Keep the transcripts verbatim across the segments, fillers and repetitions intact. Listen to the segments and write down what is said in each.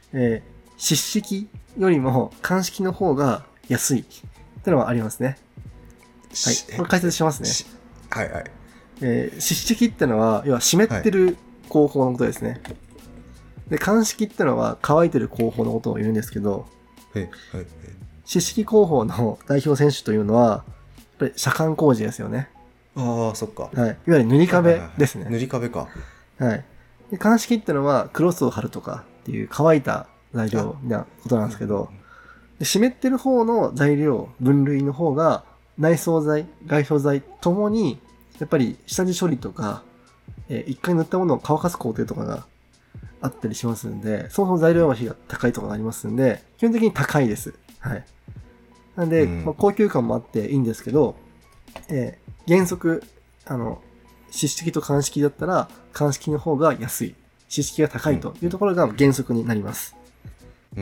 えー、湿式よりも乾式の方が安いってのはありますね。はい。これ解説しますね。 はいはい。 えー、湿式ってのは、要は湿ってる工法のことですね。はい、で、乾式ってのは乾いてる工法のことを言うんですけど、 はいはいはい、 湿式工法の代表選手というのは、やっぱり車間工事ですよね。 ああ、そっか。 はい。いわゆる塗り壁ですね。 はいはいはい、塗り壁か。 はい。で、乾式ってのはクロスを貼るとかっていう乾いた材料なことなんですけど、で湿ってる方の材料、分類の方が内装材、外装材ともに、やっぱり下地処理とか、えー、一回塗ったものを乾かす工程とかがあったりしますんで、そもそも材料費が高いとかがありますんで、基本的に高いです。はい。なんで、うん、まあ、高級感もあっていいんですけど、えー、原則、あの、湿式と乾式だったら、乾式の方が安い。湿式が高いというところが原則になります。 うん、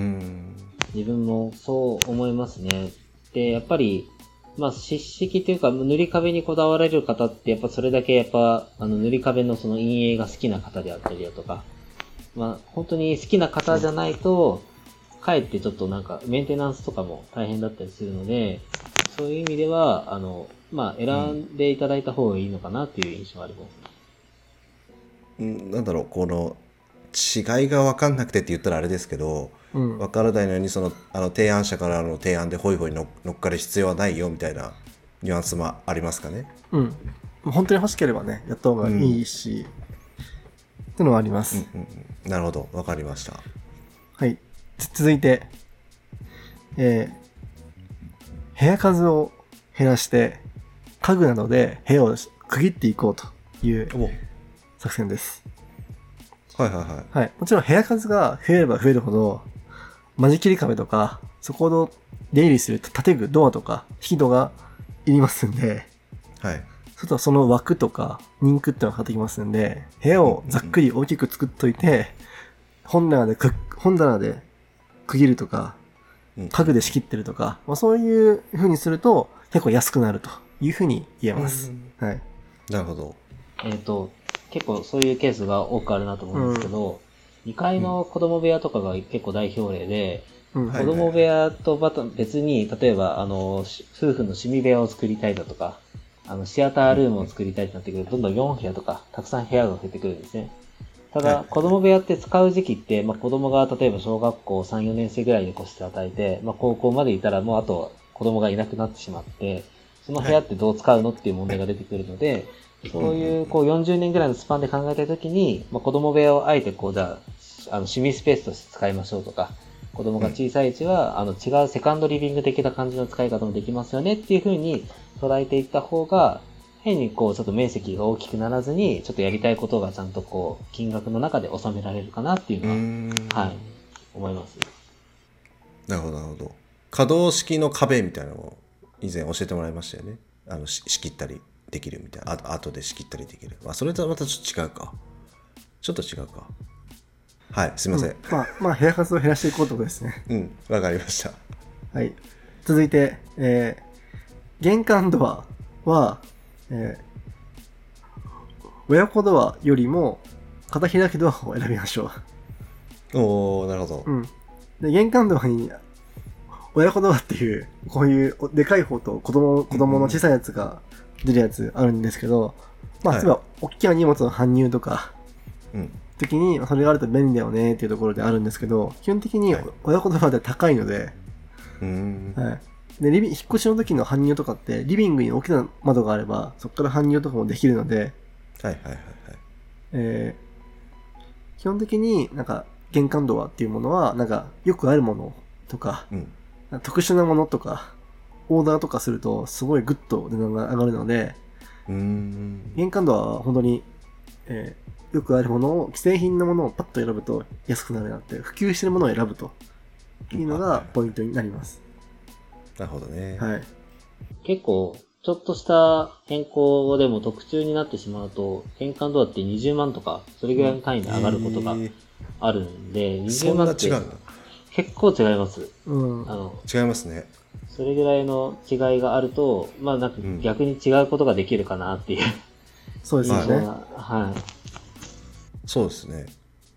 自分もそう思いますね。で、やっぱり、まあ、湿式というか、塗り壁にこだわられる方って、やっぱそれだけやっぱ、あの、塗り壁のその陰影が好きな方であったりだとか、まあ、本当に好きな方じゃないと、かえってちょっとなんか、メンテナンスとかも大変だったりするので、そういう意味では、あの、まあ、選んでいただいた方がいいのかなっていう印象があります。 うん、なんだろう、この、違いが分かんなくてって言ったらあれですけど、うん、分からないのにそのあの提案者からの提案でホイホイ乗っかる必要はないよみたいなニュアンスもありますかね。 うん。本当に欲しければねやった方がいいし、うん、っていうのはあります。 うんうんうん、なるほど、分かりました。 はい。続いて、えー、部屋数を減らして家具などで部屋を区切っていこうという作戦です。 はいはいはい。 はい。もちろん部屋数が増えれば増えるほど、間仕切り壁とか、そこの出入りする建具、ドアとか、引き戸がいりますんで、 はい。 ちょっとその枠とか、リンクってのがかかってきますんで、部屋をざっくり大きく作っといて、本棚でく、本棚で区切るとか、家具で仕切ってるとか、まあ、そういう風にすると、結構安くなるという風に言えます。はい。 なるほど。 えっと、結構そういうケースが多くあるなと思うんですけど、うん、にかいの子供部屋とかが結構代表例で、うん、子供部屋とまた別に、例えば、あの、夫婦の趣味部屋を作りたいだとか、あの、シアタールームを作りたいってなってくると、どんどんよん部屋とか、たくさん部屋が増えてくるんですね。ただ、子供部屋って使う時期って、まあ、子供が例えば小学校さん、よねん生ぐらいで個室与えて、まあ、高校までいたらもうあと子供がいなくなってしまって、その部屋ってどう使うのっていう問題が出てくるので、そういう、こう、よんじゅうねんぐらいのスパンで考えたときに、まあ、子供部屋をあえてこう、じゃあ、あの、趣味スペースとして使いましょうとか、子供が小さいうちは、あの、違うセカンドリビング的な感じの使い方もできますよねっていう風に捉えていった方が、変にこう、ちょっと面積が大きくならずに、ちょっとやりたいことがちゃんとこう、金額の中で収められるかなっていうのは、はい、思います。 なるほど、なるほど。可動式の壁みたいなのを以前教えてもらいましたよね。あの、し仕切ったりできるみたいな。あ後で仕切ったりできる。まあ、それとはまたちょっと違うか。ちょっと違うか。はい、すみません。うん、 まあ、まあ、部屋数を減らしていこうということですね。 うん、わかりました。 はい。続いて、えー、玄関ドアは、えー、親子ドアよりも片開きドアを選びましょう。おー、なるほど。 うん。で、玄関ドアに親子ドアっていう、こういうでかい方と子供、子供の小さいやつが出るやつあるんですけど、まあ、例えば、大きな荷物の搬入とか、うん。時に、それがあると便利だよねっていうところであるんですけど、基本的に親子ドアで高いので、 うん。 はい。で、リビ、引っ越しの時の搬入とかって、リビングに大きな窓があれば、そこから搬入とかもできるので、 はいはいはいはい。 えー、基本的になんか、玄関ドアっていうものは、なんか、よくあるものとか、うん、特殊なものとか、オーダーとかすると、すごいグッと値段が上がるので、 うーん、 玄関ドアは本当に、えー、よくあるものを、既製品のものをパッと選ぶと安くなるなって、普及してるものを選ぶというのがポイントになります。 なるほどね。 はい。 結構、ちょっとした変更でも特注になってしまうと、玄関ドアってにじゅうまんとか、それぐらいの単位で上がることがあるんで、にじゅうまんって結構違います。 うん、 あの違いますね。 それぐらいの違いがあると、まあなんか逆に違うことができるかなっていう、うん。 そうですね。 はい。 そうですね。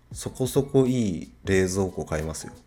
そこそこいい冷蔵庫買いますよ。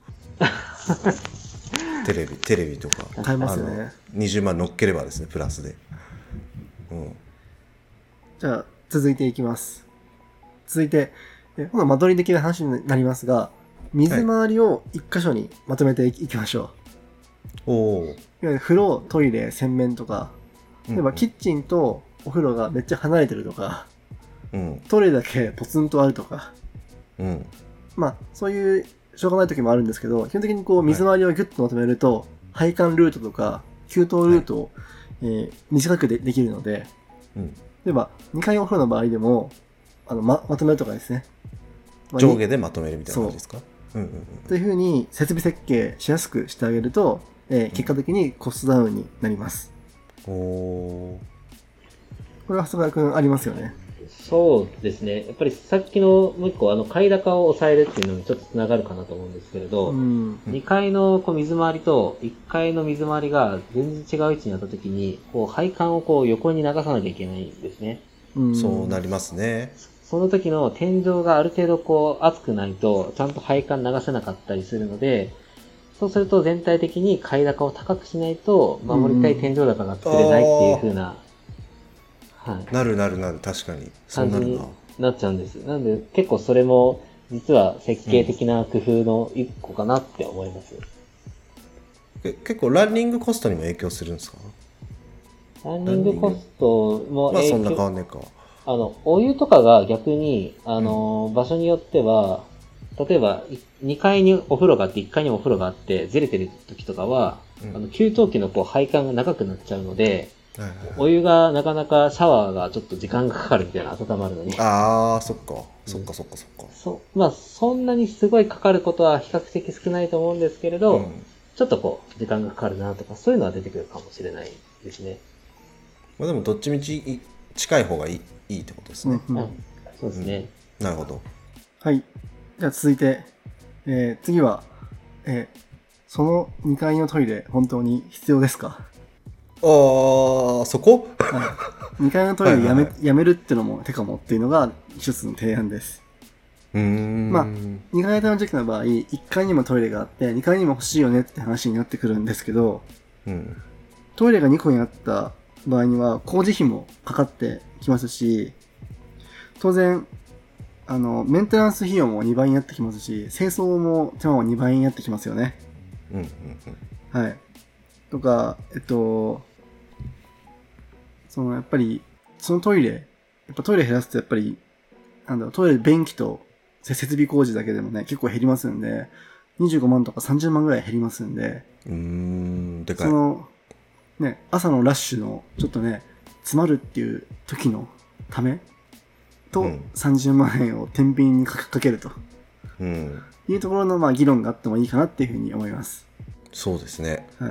テレビテレビとか買いますよね。 あのにじゅうまん乗っければですね、プラスで。うん、 じゃあ続いていきます。続いて今度は間取り的な話になりますが、水回りを一箇所にまとめていきましょう。 はい、おー。 いわゆる風呂、トイレ、洗面とか、例えばキッチンとお風呂がめっちゃ離れてるとか、 うん、 トイレだけポツンとあるとか、 うん、 まあそういうしょうがない時もあるんですけど、基本的にこう水回りをギュッとまとめると、配管ルートとか給湯ルートを、はい、えー、短く で, できるので、うん、例えばにかいお風呂の場合でもあの ま, まとめるとかですね、 まあ、上下でまとめるみたいな感じですか。うんうんうん、 というふうに設備設計しやすくしてあげると、えー、結果的にコストダウンになります。 うん、おー。 これは長谷川くんありますよね。 そうですね。やっぱりさっきのもう一個、あの、買高を抑えるっていうのにちょっとつながるかなと思うんですけれど、うん、にかいのこう水回りといっかいの水回りが全然違う位置にあったときに、こう配管をこう横に流さなきゃいけないんですね。 うん、そうなりますね。 その時の天井がある程度こう厚くないと、ちゃんと配管流せなかったりするので、そうすると全体的に買高を高くしないと、守りたい天井高が作れないっていう風な、 はい、なるなるなる、確かにそうなるな、感じになっちゃうんです。なんで結構それも実は設計的な工夫の一個かなって思います。 うん、結構ランニングコストにも影響するんですか？ ランニングコストも影響、 まあそんな変わんねえか。 あのお湯とかが逆にあの、うん、場所によっては、例えばにかいにお風呂があっていっかいにもお風呂があってずれてる時とかは、うん、あの給湯器のこう配管が長くなっちゃうので、はいはいはい、お湯がなかなかシャワーがちょっと時間がかかるみたいな、温まるのに。 ああ、そっか、そっかそっかそっか。 そまあそんなにすごいかかることは比較的少ないと思うんですけれど、うん、ちょっとこう時間がかかるなとかそういうのは出てくるかもしれないですね。 まあでもどっちみち近い方がいい、いいってことですね。 うんうん、そうですね、 うん。なるほど。 はい。じゃあ続いて、えー、次は、えー、そのにかいのトイレ本当に必要ですか？ あー、そこ、 はい、にかいのトイレやめ、はいはいはい、やめるってのも手かもっていうのが一つの提案です。 うーん、 まあ、にかい建ての時の場合、いっかいにもトイレがあって、にかいにも欲しいよねって話になってくるんですけど、うん、トイレがにこにあった場合には工事費もかかってきますし、当然、あの、メンテナンス費用もにばいになってきますし、清掃も手間もにばいになってきますよね。 うんうんうん、はい。とか、えっと、そのやっぱり、そのトイレ、やっぱトイレ減らすとやっぱり、なんだろう、トイレ便器と設備工事だけでもね、結構減りますんで、にじゅうごまんとかさんじゅうまんぐらい減りますんで、 うーん、でかい。 その、ね、朝のラッシュの、ちょっとね、詰まるっていう時のためと、さんじゅうまんえんを天秤にかけると、うん、いうところの、まあ、議論があってもいいかなっていうふうに思います。 そうですね。 はい。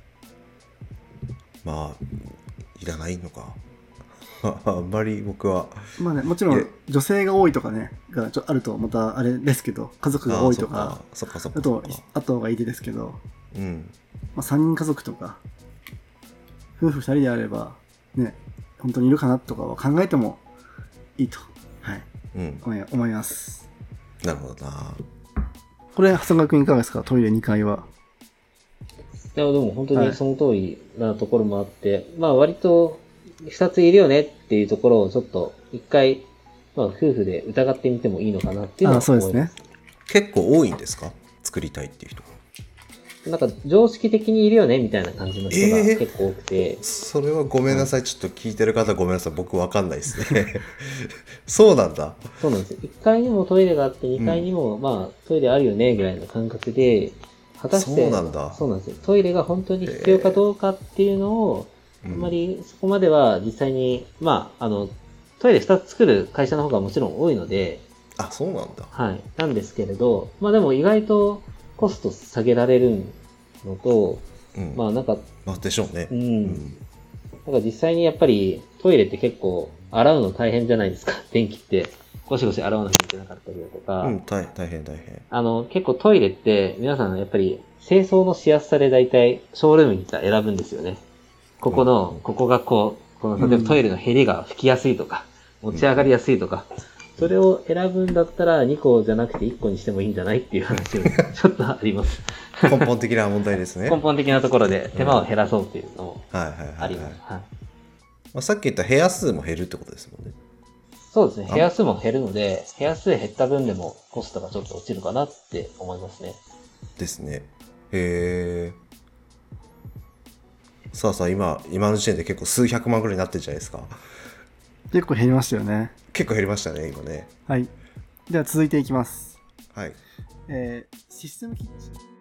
まあ、いらないのか。あんまり僕は。 まあね、もちろん女性が多いとかね、がちょあるとまたあれですけど、家族が多いとか、 そっかそっかあと、あった方がいいですけど、 うん。 まあさんにん家族とか、夫婦ふたりであれば、ね、本当にいるかなとかは考えてもいいと、はい、うん、思います。 なるほどな。 これ、長谷川君いかがですか？トイレにかいは。 いや、でも本当にその通りなところもあって、はい、まあ割とふたついるよねっていうところをちょっと一回、まあ夫婦で疑ってみてもいいのかなっていうのは思います。あ、そうですね。 結構多いんですか？作りたいっていう人。 なんか常識的にいるよねみたいな感じの人が結構多くて、えー、 それはごめんなさい、ちょっと聞いてる方ごめんなさい、僕わかんないですね。そうなんだ。 そうなんですよ。いっかいにもトイレがあってにかいにも、うん、まあトイレあるよねぐらいの感覚で、果たして、 そうなんだ。 そうなんですよ。トイレが本当に必要かどうかっていうのを、えー、あんまりそこまでは実際に、まあ、あの、トイレふたつ作る会社の方がもちろん多いので、 あ、そうなんだ。 はい。なんですけれど、まあでも意外とコスト下げられるのと、うん、まあなんか、 まあでしょうね。 うん。うん、なんか実際にやっぱりトイレって結構洗うの大変じゃないですか。電気って。ゴシゴシ洗わなきゃいけなかったりだとか。 うん、大, 大変大変。 あの、結構トイレって皆さんやっぱり清掃のしやすさで大体ショールームに行ったら選ぶんですよね。ここの、うん、ここがこう、この例えばトイレの減りが拭きやすいとか、持ち上がりやすいとか、 それを選ぶんだったらにこじゃなくていっこにしてもいいんじゃないっていう話をちょっとあります。 根本的な問題ですね。 根本的なところで手間を減らそうっていうのもはいはいはいはいあります。はい。 まあ、さっき言った部屋数も減るってことですもんね。 そうですね。部屋数も減るので、部屋数減った分でもコストがちょっと落ちるかなって思いますね。 ですね。へえ。さあさあ、今、今の時点で結構数百万ぐらいになってるじゃないですか。 結構減りましたよね。 結構減りましたね、今ね。 はい。では続いていきます。 はい。 えー、システムキッチン。